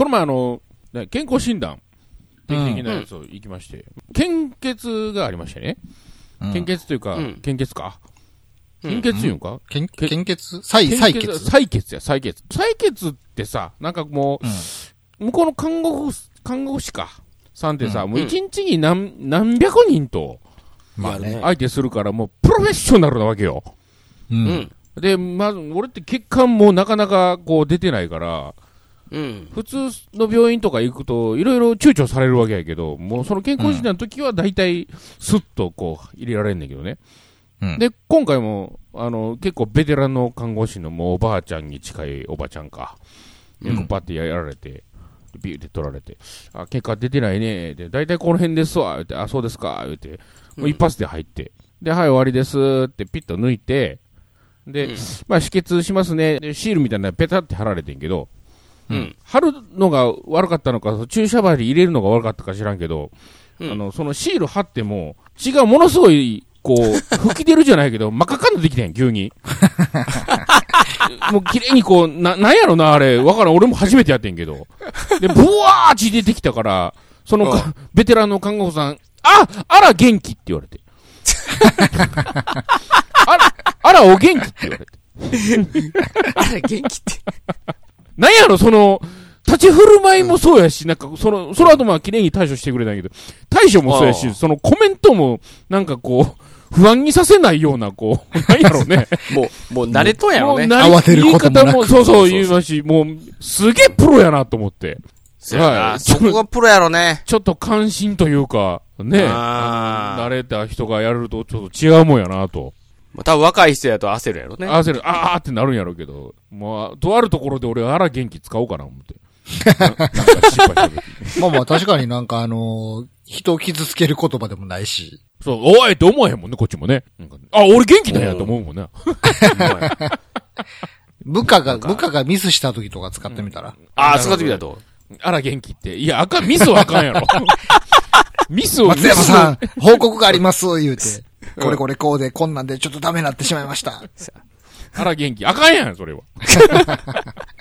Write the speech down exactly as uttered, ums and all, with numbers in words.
この前あの、健康診断、定期的なやつを行きまして、うん、献血がありましてね。うん、献血というか、うん、献血か。献血言うんか、うん、 献血採、採血採血や、採血。採血ってさ、なんかもう、うん、向こうの看護婦、看護師か。さんってさ、うん、もう一日に何、何百人と、まあね、相手するから、もうプロフェッショナルなわけよ。うん。で、まず、俺って血管もなかなかこう出てないから、うん、普通の病院とか行くと、いろいろ躊躇されるわけやけど、もうその健康診断の時は大体、スッとこう、入れられんねんけどね。うん、で、今回も、あの、結構ベテランの看護師のもうおばあちゃんに近いおばちゃんか。うん、パッてやられて、ビューって取られて、あ、結果出てないね。で、大体この辺ですわ。言って、あ、そうですか。言って、もう一発で入って。で、はい、終わりですってピッと抜いて、で、うん、まあ、止血しますね。で、シールみたいなのペタって貼られてんけど、うん。貼るのが悪かったのか、注射針入れるのが悪かったか知らんけど、うん、あの、そのシール貼っても、血がものすごい、こう、吹き出るじゃないけど、真っ赤っかにできてん、急に。もう綺麗にこう、な、なんやろな、あれ。わからん。俺も初めてやってんけど。で、ブワー血出てきたから、そのか、ベテランの看護婦さん、ああら元気って言われて。あら、あらお元気って言われて。 あら元気って。 なんやろ、その、立ち振る舞いもそうやし、なんか、その、その後まあ綺麗に対処してくれないけど、対処もそうやし、そのコメントも、なんかこう、不安にさせないような、こう、なんやろうね。 もう、もう慣れとんやろね。 慌てることもなく。言い方も、 そうそう言いますし、もう、すげえプロやなと思って。 はい。そこがプロやろね。 ちょっと関心というか、ね。慣れた人がやると、ちょっと違うもんやなと。 まあ、多分若い人やと焦るやろね。 焦る。あーってなるんやろうけど、まあ、とあるところで俺、あら元気使おうかな思って。なんか失敗した時。 まあまあ確かになんかあのー、人を傷つける言葉でもないし。 そう、おいって思わへんもんね、こっちもね。なんかあ、俺元気だやと思うもんね。 部下が、部下がミスした時とか使ってみたら。うん、 ああ、使ってみたと。 あら元気って。いや、あかん、ミスはあかんやろ。ミスを。 松山さん、報告があります、言うて。これこれこうで、こんなんでちょっとダメになってしまいました。 あら元気。あかんやん、それは。